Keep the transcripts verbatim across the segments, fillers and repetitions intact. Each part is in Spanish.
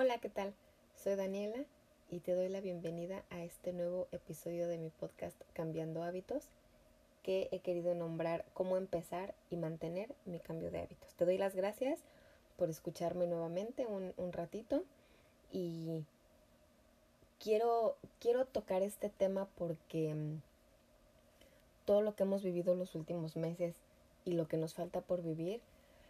Hola, ¿qué tal? Soy Daniela y te doy la bienvenida a este nuevo episodio de mi podcast Cambiando Hábitos, que he querido nombrar Cómo empezar y mantener mi cambio de hábitos. Te doy las gracias por escucharme nuevamente un, un ratito y quiero, quiero tocar este tema porque um, todo lo que hemos vivido los últimos meses y lo que nos falta por vivir,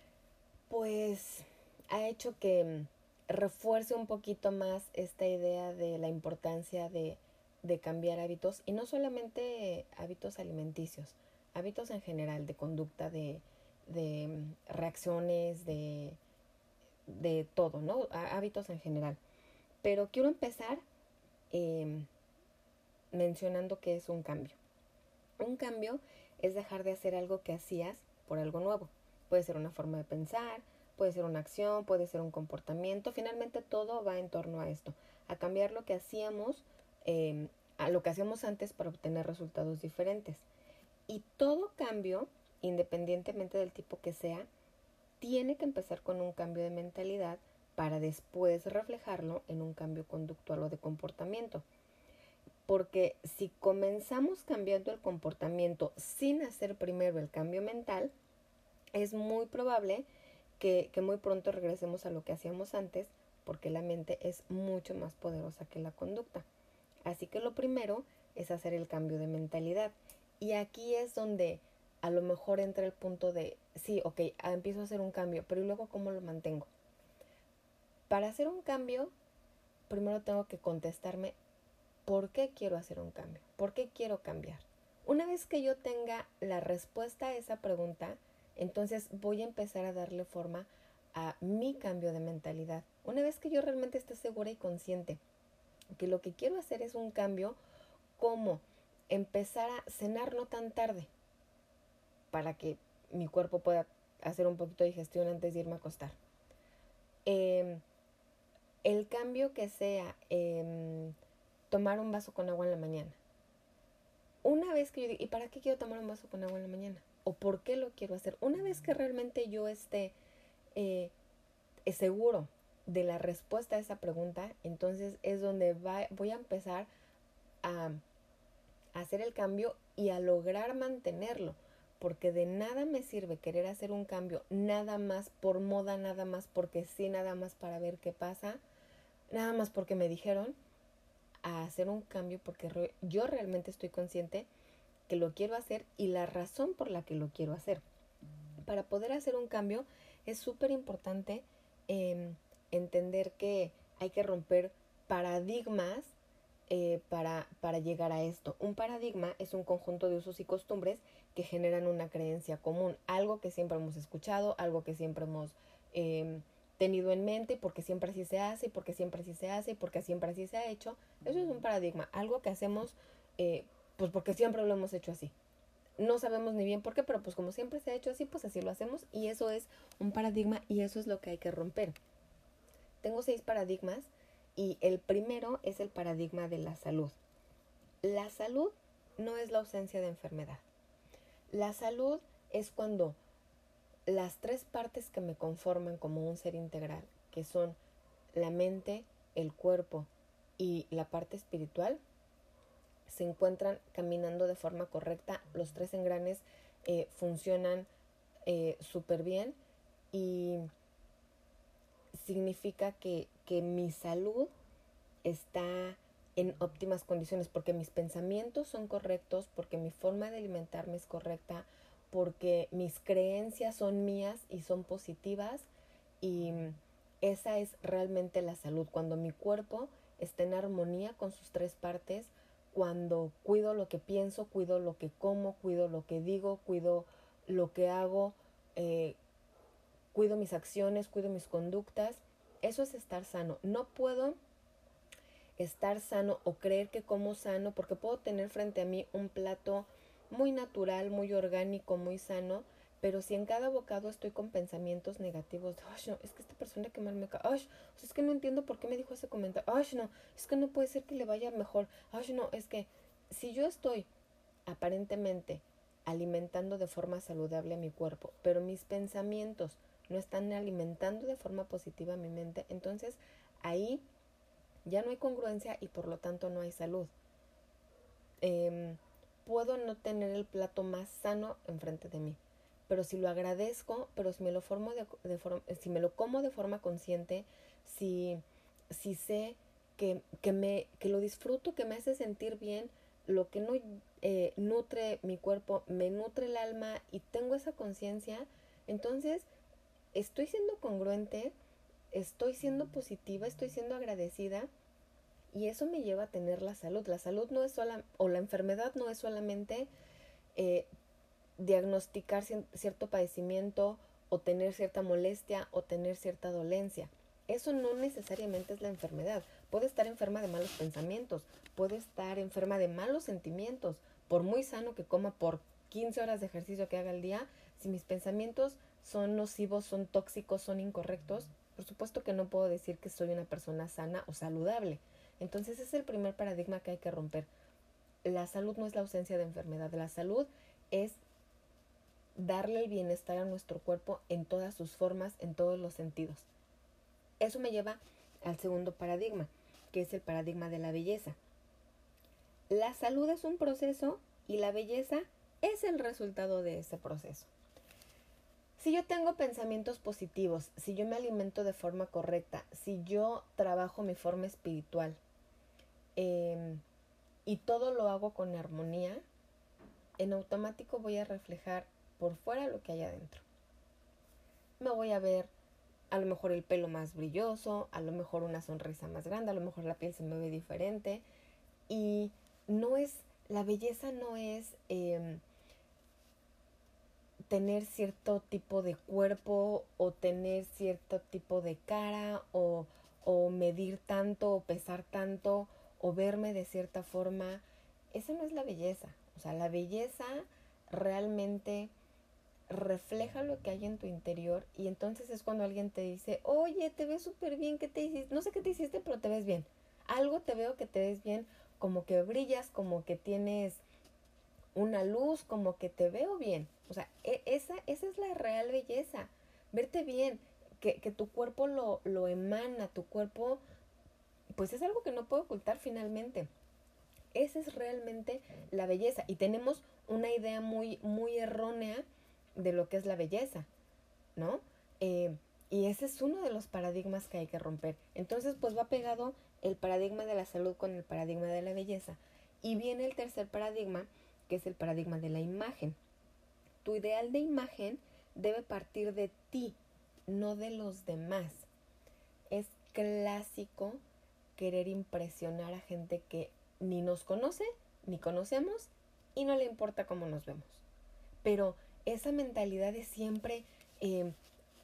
pues ha hecho que refuerce un poquito más esta idea de la importancia de, de cambiar hábitos, y no solamente hábitos alimenticios, hábitos en general, de conducta, de, de reacciones, de, de todo, ¿no? Hábitos en general. Pero quiero empezar eh, mencionando que es un cambio. Un cambio es dejar de hacer algo que hacías por algo nuevo. Puede ser una forma de pensar, puede ser una acción, puede ser un comportamiento. Finalmente todo va en torno a esto, a cambiar lo que hacíamos, eh, a lo que hacíamos antes para obtener resultados diferentes. Y todo cambio, independientemente del tipo que sea, tiene que empezar con un cambio de mentalidad para después reflejarlo en un cambio conductual o de comportamiento. Porque si comenzamos cambiando el comportamiento sin hacer primero el cambio mental, es muy probable que, que muy pronto regresemos a lo que hacíamos antes, porque la mente es mucho más poderosa que la conducta. Así que lo primero es hacer el cambio de mentalidad. Y aquí es donde a lo mejor entra el punto de, sí, ok, empiezo a hacer un cambio, pero ¿y luego cómo lo mantengo? Para hacer un cambio, primero tengo que contestarme ¿por qué quiero hacer un cambio? ¿Por qué quiero cambiar? Una vez que yo tenga la respuesta a esa pregunta, entonces voy a empezar a darle forma a mi cambio de mentalidad. Una vez que yo realmente esté segura y consciente que lo que quiero hacer es un cambio, como empezar a cenar no tan tarde para que mi cuerpo pueda hacer un poquito de digestión antes de irme a acostar. Eh, el cambio que sea eh, tomar un vaso con agua en la mañana. Una vez que yo digo, ¿y para qué quiero tomar un vaso con agua en la mañana? ¿O por qué lo quiero hacer? Una vez que realmente yo esté eh, seguro de la respuesta a esa pregunta, entonces es donde va, voy a empezar a, a hacer el cambio y a lograr mantenerlo. Porque de nada me sirve querer hacer un cambio nada más por moda, nada más porque sí, nada más para ver qué pasa, nada más porque me dijeron, a hacer un cambio porque re- yo realmente estoy consciente que lo quiero hacer y la razón por la que lo quiero hacer. Para poder hacer un cambio es súper importante eh, entender que hay que romper paradigmas eh, para, para llegar a esto. Un paradigma es un conjunto de usos y costumbres que generan una creencia común, algo que siempre hemos escuchado, algo que siempre hemos eh, tenido en mente, porque siempre así se hace, porque siempre así se hace, porque siempre así se ha hecho. Eso es un paradigma, algo que hacemos eh, pues porque siempre lo hemos hecho así. No sabemos ni bien por qué, pero pues como siempre se ha hecho así, pues así lo hacemos, y eso es un paradigma y eso es lo que hay que romper. Tengo seis paradigmas y el primero es el paradigma de la salud. La salud no es la ausencia de enfermedad. La salud es cuando las tres partes que me conforman como un ser integral, que son la mente, el cuerpo y la parte espiritual, se encuentran caminando de forma correcta. Los tres engranes eh, funcionan eh, súper bien, y significa que, que mi salud está en óptimas condiciones, porque mis pensamientos son correctos, porque mi forma de alimentarme es correcta, porque mis creencias son mías y son positivas, y esa es realmente la salud, cuando mi cuerpo está en armonía con sus tres partes, cuando cuido lo que pienso, cuido lo que como, cuido lo que digo, cuido lo que hago, eh, cuido mis acciones, cuido mis conductas. Eso es estar sano. No puedo estar sano o creer que como sano, porque puedo tener frente a mí un plato muy natural, muy orgánico, muy sano, pero si en cada bocado estoy con pensamientos negativos de, ay, no, es que esta persona que mal me cae, ay, o sea, es que no entiendo por qué me dijo ese comentario, ay, no, es que no puede ser que le vaya mejor, ay, no, es que si yo estoy aparentemente alimentando de forma saludable a mi cuerpo, pero mis pensamientos no están alimentando de forma positiva a mi mente, entonces ahí ya no hay congruencia y por lo tanto no hay salud. Eh, puedo no tener el plato más sano enfrente de mí, pero si lo agradezco, pero si me lo, formo de, de forma, si me lo como de forma consciente, si, si sé que, que, me, que lo disfruto, que me hace sentir bien, lo que no eh, nutre mi cuerpo, me nutre el alma y tengo esa conciencia, entonces estoy siendo congruente, estoy siendo positiva, estoy siendo agradecida y eso me lleva a tener la salud. La salud no es sola, o la enfermedad no es solamente eh, diagnosticar cierto padecimiento o tener cierta molestia o tener cierta dolencia. Eso no necesariamente es la enfermedad. Puedo estar enferma de malos pensamientos, puedo estar enferma de malos sentimientos. Por muy sano que coma, por quince horas de ejercicio que haga al día, si mis pensamientos son nocivos, son tóxicos, son incorrectos, por supuesto que no puedo decir que soy una persona sana o saludable. Entonces ese es el primer paradigma que hay que romper. La salud no es la ausencia de enfermedad. La salud es darle el bienestar a nuestro cuerpo en todas sus formas, en todos los sentidos. Eso me lleva al segundo paradigma, que es el paradigma de la belleza. La salud es un proceso y la belleza es el resultado de ese proceso. Si yo tengo pensamientos positivos, si yo me alimento de forma correcta, si yo trabajo mi forma espiritual eh, y todo lo hago con armonía, en automático voy a reflejar por fuera lo que hay adentro. Me voy a ver a lo mejor el pelo más brilloso, a lo mejor una sonrisa más grande, a lo mejor la piel se me ve diferente. Y no es, la belleza no es eh, tener cierto tipo de cuerpo o tener cierto tipo de cara o, o medir tanto o pesar tanto o verme de cierta forma. Esa no es la belleza. O sea, la belleza realmente refleja lo que hay en tu interior y entonces es cuando alguien te dice, oye, te ves súper bien, ¿qué te hiciste? No sé qué te hiciste, pero te ves bien. Algo te veo que te ves bien, como que brillas, como que tienes una luz, como que te veo bien. O sea, esa, esa es la real belleza, verte bien, que, que tu cuerpo lo, lo emana, tu cuerpo, pues es algo que no puede ocultar finalmente. Esa es realmente la belleza y tenemos una idea muy, muy errónea de lo que es la belleza, ¿no? Eh, y ese es uno de los paradigmas que hay que romper. Entonces, pues va pegado el paradigma de la salud con el paradigma de la belleza. Y viene el tercer paradigma, que es el paradigma de la imagen. Tu ideal de imagen debe partir de ti, no de los demás. Es clásico querer impresionar a gente que ni nos conoce, ni conocemos, y no le importa cómo nos vemos. Pero esa mentalidad de siempre eh,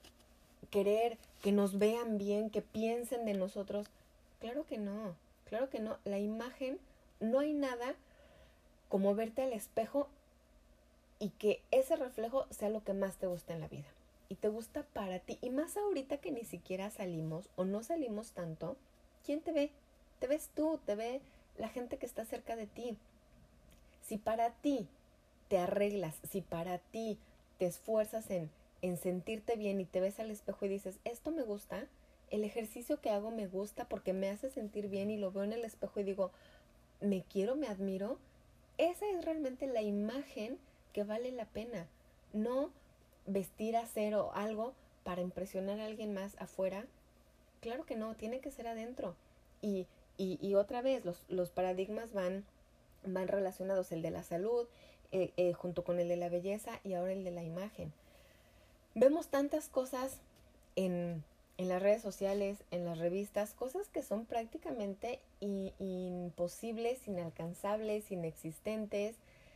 querer que nos vean bien, que piensen de nosotros, claro que no, claro que no. La imagen, no hay nada como verte al espejo y que ese reflejo sea lo que más te gusta en la vida. Y te gusta para ti. Y más ahorita que ni siquiera salimos o no salimos tanto, ¿quién te ve? Te ves tú, te ve la gente que está cerca de ti. Si para ti te arreglas, si para ti te esfuerzas en, en sentirte bien y te ves al espejo y dices, esto me gusta, el ejercicio que hago me gusta porque me hace sentir bien y lo veo en el espejo y digo, me quiero, me admiro, esa es realmente la imagen que vale la pena. No vestir, hacer o algo para impresionar a alguien más afuera. Claro que no, tiene que ser adentro. Y, y, y otra vez, los, los paradigmas van, van relacionados, el de la salud, eh, eh, junto con el de la belleza y ahora el de la imagen. Vemos tantas cosas en, en las redes sociales, en las revistas, cosas que son prácticamente i, imposibles, inalcanzables, inexistentes,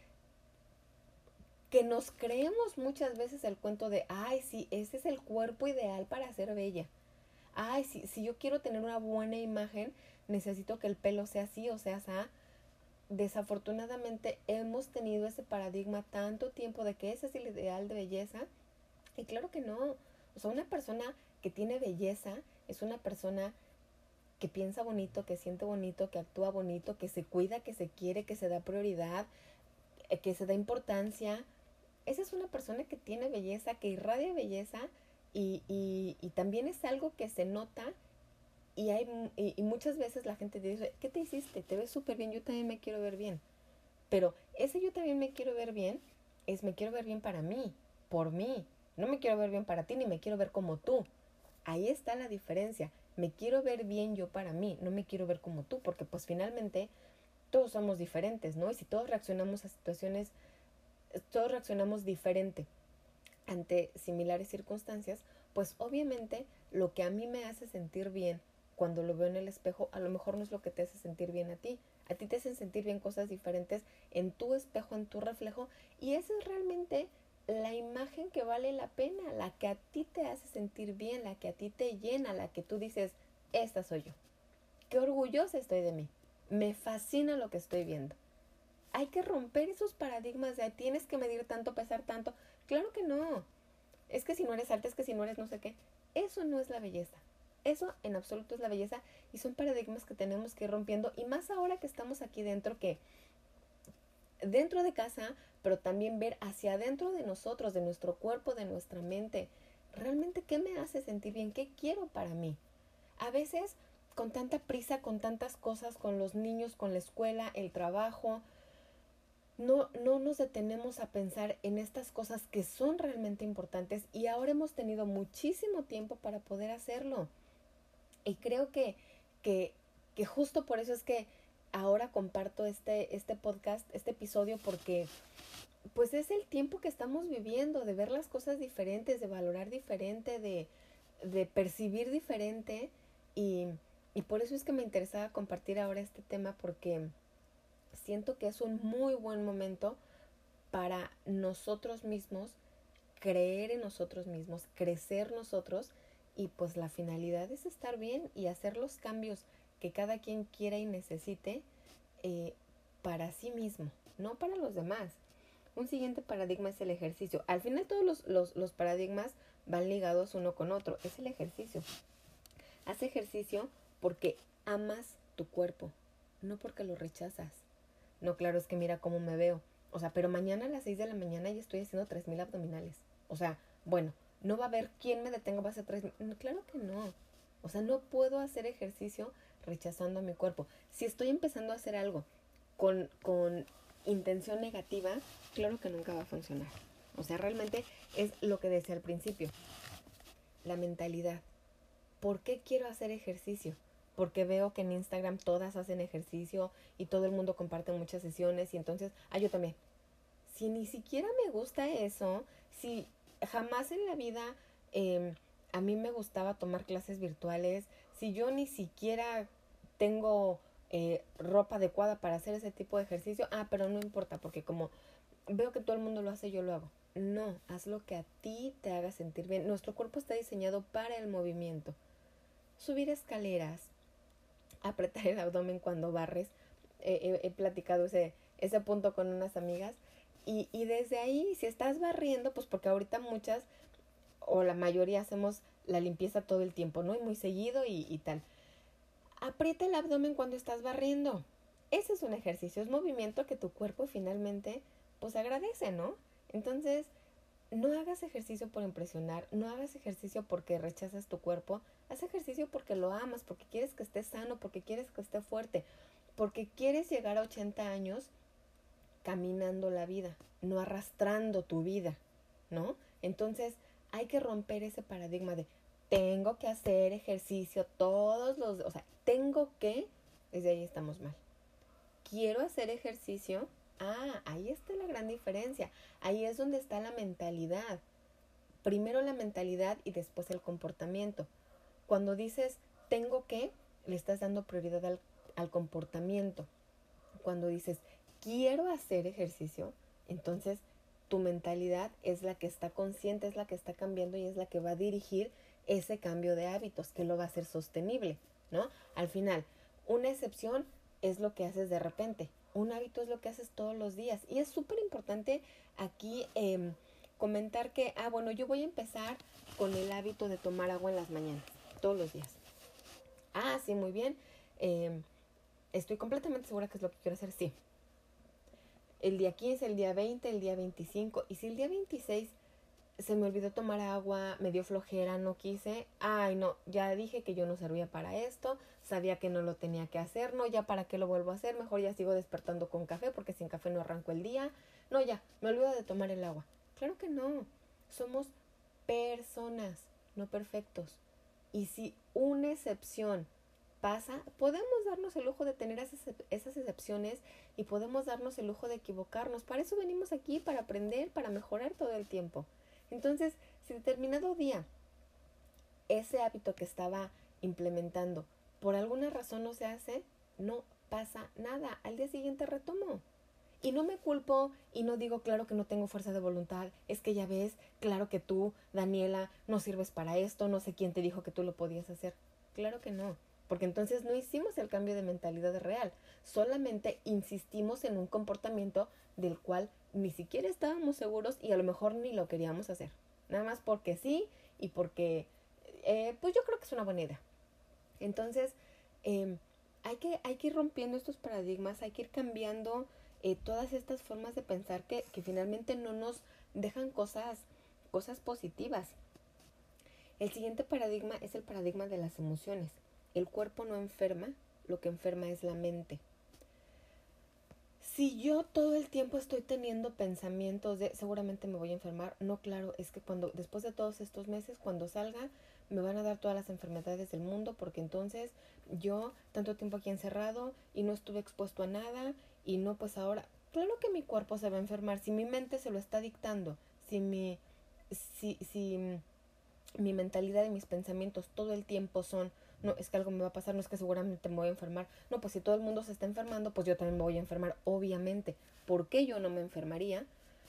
que nos creemos muchas veces el cuento de, ay, sí, ese es el cuerpo ideal para ser bella. Ay, sí, si yo quiero tener una buena imagen, necesito que el pelo sea así o sea así. Desafortunadamente hemos tenido ese paradigma tanto tiempo de que ese es el ideal de belleza. Y claro que no. O sea, una persona que tiene belleza es una persona que piensa bonito, que siente bonito, que actúa bonito, que se cuida, que se quiere, que se da prioridad, que se da importancia. Esa es una persona que tiene belleza, que irradia belleza y, y, y también es algo que se nota Y, hay, y, y muchas veces la gente te dice, ¿qué te hiciste? Te ves súper bien, yo también me quiero ver bien. Pero ese yo también me quiero ver bien es me quiero ver bien para mí, por mí. No me quiero ver bien para ti, ni me quiero ver como tú. Ahí está la diferencia. Me quiero ver bien yo para mí, no me quiero ver como tú, porque pues finalmente todos somos diferentes, ¿no? Y si todos reaccionamos a situaciones, todos reaccionamos diferente ante similares circunstancias, pues obviamente lo que a mí me hace sentir bien cuando lo veo en el espejo, a lo mejor no es lo que te hace sentir bien a ti. A ti te hacen sentir bien cosas diferentes en tu espejo, en tu reflejo, y esa es realmente la imagen que vale la pena, la que a ti te hace sentir bien, la que a ti te llena, la que tú dices, esta soy yo. Qué orgullosa estoy de mí. Me fascina lo que estoy viendo. Hay que romper esos paradigmas de tienes que medir tanto, pesar tanto. Claro que no. Es que si no eres alta, es que si no eres no sé qué. Eso no es la belleza. Eso en absoluto es la belleza y son paradigmas que tenemos que ir rompiendo, y más ahora que estamos aquí dentro, que dentro de casa, pero también ver hacia adentro de nosotros, de nuestro cuerpo, de nuestra mente. Realmente, ¿qué me hace sentir bien? ¿Qué quiero para mí? A veces, con tanta prisa, con tantas cosas, con los niños, con la escuela, el trabajo, no, no nos detenemos a pensar en estas cosas que son realmente importantes, y ahora hemos tenido muchísimo tiempo para poder hacerlo. Y creo que, que, que justo por eso es que ahora comparto este, este podcast, este episodio, porque pues es el tiempo que estamos viviendo, de ver las cosas diferentes, de valorar diferente, de, de percibir diferente, y, y por eso es que me interesaba compartir ahora este tema, porque siento que es un muy buen momento para nosotros mismos, creer en nosotros mismos, crecer nosotros, y pues la finalidad es estar bien y hacer los cambios que cada quien quiera y necesite, eh, para sí mismo, no para los demás. Un siguiente paradigma es el ejercicio. Al final todos los, los, los paradigmas van ligados uno con otro. Es el ejercicio. Haz ejercicio porque amas tu cuerpo, no porque lo rechazas. No, claro, es que mira cómo me veo. O sea, pero mañana a las seis de la mañana ya estoy haciendo tres mil abdominales. O sea, bueno, no va a haber quien me detenga, va a hacer tres mil. No, claro que no. O sea, no puedo hacer ejercicio rechazando a mi cuerpo. Si estoy empezando a hacer algo con, con intención negativa, claro que nunca va a funcionar. O sea, realmente es lo que decía al principio. La mentalidad. ¿Por qué quiero hacer ejercicio? Porque veo que en Instagram todas hacen ejercicio y todo el mundo comparte muchas sesiones, y entonces, ah, yo también. Si ni siquiera me gusta eso, si jamás en la vida eh, a mí me gustaba tomar clases virtuales, si yo ni siquiera tengo eh, ropa adecuada para hacer ese tipo de ejercicio, ah, pero no importa, porque como veo que todo el mundo lo hace, yo lo hago. No, haz lo que a ti te haga sentir bien. Nuestro cuerpo está diseñado para el movimiento. Subir escaleras, apretar el abdomen cuando barres. Eh, he, he platicado ese, ese punto con unas amigas. Y, y desde ahí, si estás barriendo, pues porque ahorita muchas o la mayoría hacemos la limpieza todo el tiempo, ¿no? Y muy seguido y, y tal. Aprieta el abdomen cuando estás barriendo. Ese es un ejercicio, es movimiento que tu cuerpo finalmente pues agradece, ¿no? Entonces, no hagas ejercicio por impresionar, no hagas ejercicio porque rechazas tu cuerpo, haz ejercicio porque lo amas, porque quieres que esté sano, porque quieres que esté fuerte, porque quieres llegar a ochenta años caminando la vida, no arrastrando tu vida, ¿no? Entonces, hay que romper ese paradigma de tengo que hacer ejercicio todos los, o sea, tengo que, desde ahí estamos mal. Quiero hacer ejercicio. Ah, ahí está la gran diferencia. Ahí es donde está la mentalidad. Primero la mentalidad y después el comportamiento. Cuando dices tengo que, le estás dando prioridad al, al comportamiento. Cuando dices quiero hacer ejercicio, entonces tu mentalidad es la que está consciente, es la que está cambiando y es la que va a dirigir ese cambio de hábitos, que lo va a hacer sostenible, ¿no? Al final, una excepción es lo que haces de repente. Un hábito es lo que haces todos los días. Y es súper importante aquí eh, comentar que, ah, bueno, yo voy a empezar con el hábito de tomar agua en las mañanas, todos los días. Ah, sí, muy bien. Eh, estoy completamente segura que es lo que quiero hacer, sí. El día quince, el día veinte, el día veinticinco. Y si el día veintiséis se me olvidó tomar agua, me dio flojera, no quise, ay no, ya dije que yo no servía para esto, sabía que no lo tenía que hacer, no, ya para qué lo vuelvo a hacer, mejor ya sigo despertando con café porque sin café no arranco el día, no, ya, me olvido de tomar el agua. Claro que no, somos personas, no perfectos. Y si una excepción pasa, podemos darnos el lujo de tener esas, esas excepciones y podemos darnos el lujo de equivocarnos. Para eso venimos aquí, para aprender, para mejorar todo el tiempo. Entonces, si determinado día ese hábito que estaba implementando por alguna razón no se hace, no pasa nada. Al día siguiente retomo. Y no me culpo y no digo, claro que no tengo fuerza de voluntad, es que ya ves, claro que tú, Daniela, no sirves para esto, no sé quién te dijo que tú lo podías hacer. Claro que no, porque entonces no hicimos el cambio de mentalidad real, solamente insistimos en un comportamiento del cual ni siquiera estábamos seguros y a lo mejor ni lo queríamos hacer. Nada más porque sí y porque, eh, pues yo creo que es una buena idea. Entonces, eh, hay que, hay que ir rompiendo estos paradigmas, hay que ir cambiando eh, todas estas formas de pensar que, que finalmente no nos dejan cosas, cosas positivas. El siguiente paradigma es el paradigma de las emociones. El cuerpo no enferma, lo que enferma es la mente. Si yo todo el tiempo estoy teniendo pensamientos de seguramente me voy a enfermar, no, claro, es que cuando después de todos estos meses, cuando salga, me van a dar todas las enfermedades del mundo porque entonces yo tanto tiempo aquí encerrado y no estuve expuesto a nada y no, pues ahora, claro que mi cuerpo se va a enfermar, si mi mente se lo está dictando, si mi, si, si mi mentalidad y mis pensamientos todo el tiempo son, no, es que algo me va a pasar, no es que seguramente me voy a enfermar, no, pues si todo el mundo se está enfermando, pues yo también me voy a enfermar, obviamente. ¿Por qué yo no me enfermaría?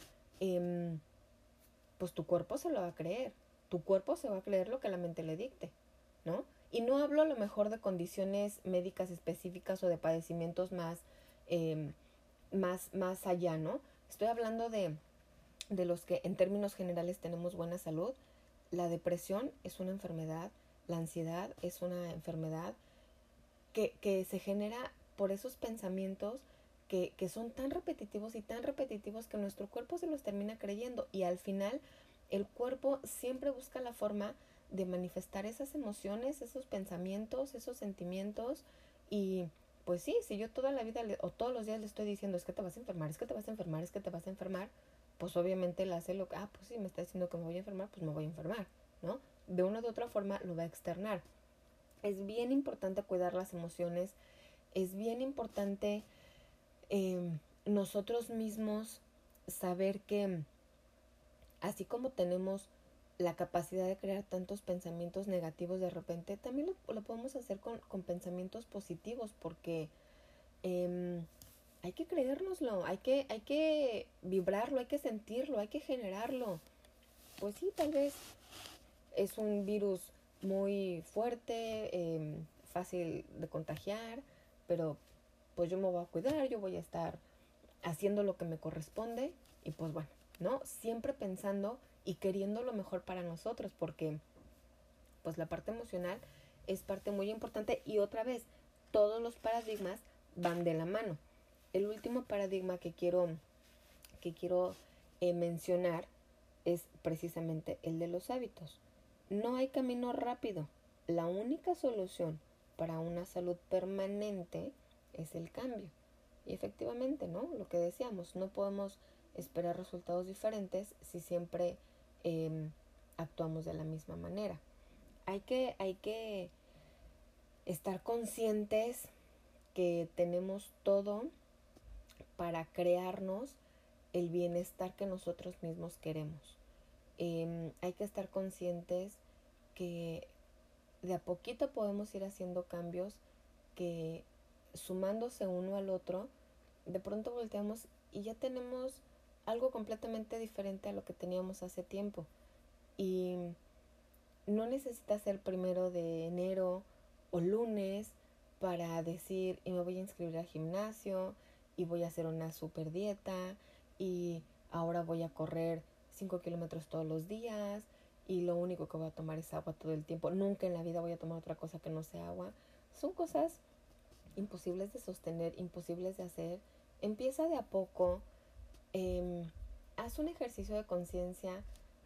Eh, pues tu cuerpo se lo va a creer, tu cuerpo se va a creer lo que la mente le dicte, ¿no? Y no hablo a lo mejor de condiciones médicas específicas o de padecimientos más, eh, más, más allá, ¿no? Estoy hablando de, de los que en términos generales tenemos buena salud. La depresión es una enfermedad, la ansiedad es una enfermedad que, que se genera por esos pensamientos que, que son tan repetitivos y tan repetitivos que nuestro cuerpo se los termina creyendo y al final el cuerpo siempre busca la forma de manifestar esas emociones, esos pensamientos, esos sentimientos y pues sí, si yo toda la vida le, o todos los días le estoy diciendo es que te vas a enfermar, es que te vas a enfermar, es que te vas a enfermar, pues obviamente él hace lo que, ah, pues sí, me está diciendo que me voy a enfermar, pues me voy a enfermar, ¿no? De una u otra forma lo va a externar. Es bien importante cuidar las emociones, es bien importante eh, nosotros mismos saber que así como tenemos la capacidad de crear tantos pensamientos negativos de repente, también lo, lo podemos hacer con, con pensamientos positivos porque eh, hay que creérnoslo, hay que, hay que vibrarlo, hay que sentirlo, hay que generarlo. Pues sí, tal vez es un virus muy fuerte, eh, fácil de contagiar, pero pues yo me voy a cuidar, yo voy a estar haciendo lo que me corresponde y pues bueno, ¿no? Siempre pensando y queriendo lo mejor para nosotros porque pues la parte emocional es parte muy importante y otra vez, todos los paradigmas van de la mano. El último paradigma que quiero, que quiero eh, mencionar es precisamente el de los hábitos. No hay camino rápido. La única solución para una salud permanente es el cambio. Y efectivamente, ¿no? Lo que decíamos, no podemos esperar resultados diferentes si siempre eh, actuamos de la misma manera. Hay que, hay que estar conscientes que tenemos todo para crearnos el bienestar que nosotros mismos queremos. Eh, hay que estar conscientes que de a poquito podemos ir haciendo cambios que sumándose uno al otro, de pronto volteamos y ya tenemos algo completamente diferente a lo que teníamos hace tiempo. Y no necesita ser primero de enero o lunes para decir y me voy a inscribir al gimnasio y voy a hacer una super dieta y ahora voy a correr cinco kilómetros todos los días y lo único que voy a tomar es agua todo el tiempo. Nunca en la vida voy a tomar otra cosa que no sea agua. Son cosas imposibles de sostener, imposibles de hacer. Empieza de a poco, eh, haz un ejercicio de conciencia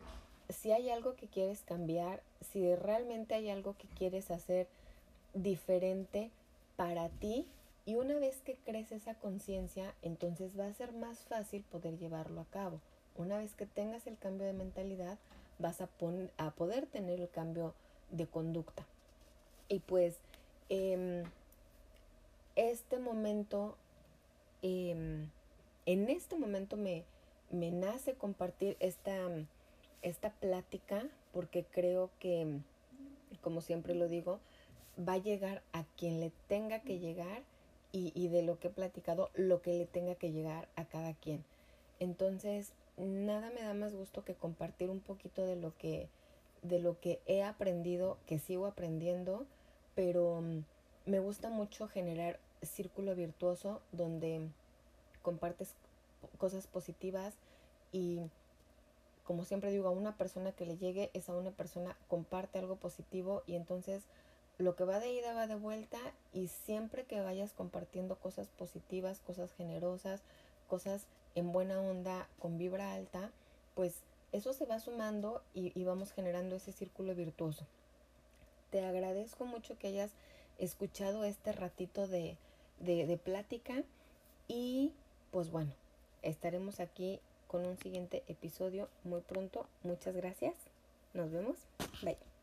si hay algo que quieres cambiar, si realmente hay algo que quieres hacer diferente para ti, y una vez que crees esa conciencia, entonces va a ser más fácil poder llevarlo a cabo. Una vez que tengas el cambio de mentalidad, vas a, pon- a poder tener el cambio de conducta. Y pues eh, este momento, eh, en este momento me, me nace compartir esta, esta plática, porque creo que, como siempre lo digo, va a llegar a quien le tenga que llegar, y, y de lo que he platicado, lo que le tenga que llegar a cada quien. Entonces, nada me da más gusto que compartir un poquito de lo que, de lo que he aprendido, que sigo aprendiendo, pero um, me gusta mucho generar círculo virtuoso donde compartes cosas positivas, y como siempre digo, a una persona que le llegue es a una persona, comparte algo positivo, y entonces lo que va de ida va de vuelta, y siempre que vayas compartiendo cosas positivas, cosas generosas, cosas en buena onda, con vibra alta, pues eso se va sumando, y, y vamos generando ese círculo virtuoso. Te agradezco mucho que hayas escuchado este ratito de, de, de plática, y pues bueno, estaremos aquí con un siguiente episodio muy pronto. Muchas gracias. Nos vemos. Bye.